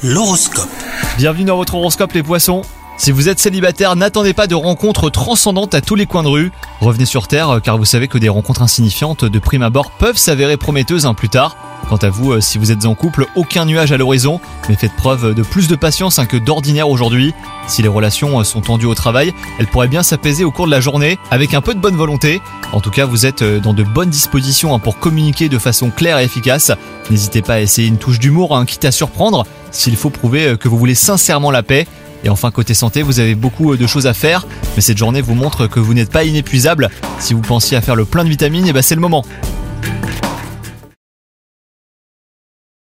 L'horoscope. Bienvenue dans votre horoscope les poissons. Si vous êtes célibataire, n'attendez pas de rencontres transcendantes à tous les coins de rue. Revenez sur Terre car vous savez que des rencontres insignifiantes de prime abord peuvent s'avérer prometteuses plus tard. Quant à vous, si vous êtes en couple, aucun nuage à l'horizon, mais faites preuve de plus de patience que d'ordinaire aujourd'hui. Si les relations sont tendues au travail, elles pourraient bien s'apaiser au cours de la journée avec un peu de bonne volonté. En tout cas, vous êtes dans de bonnes dispositions pour communiquer de façon claire et efficace. N'hésitez pas à essayer une touche d'humour, quitte à surprendre, s'il faut prouver que vous voulez sincèrement la paix. Et enfin, côté santé, vous avez beaucoup de choses à faire, mais cette journée vous montre que vous n'êtes pas inépuisable. Si vous pensiez à faire le plein de vitamines, c'est le moment.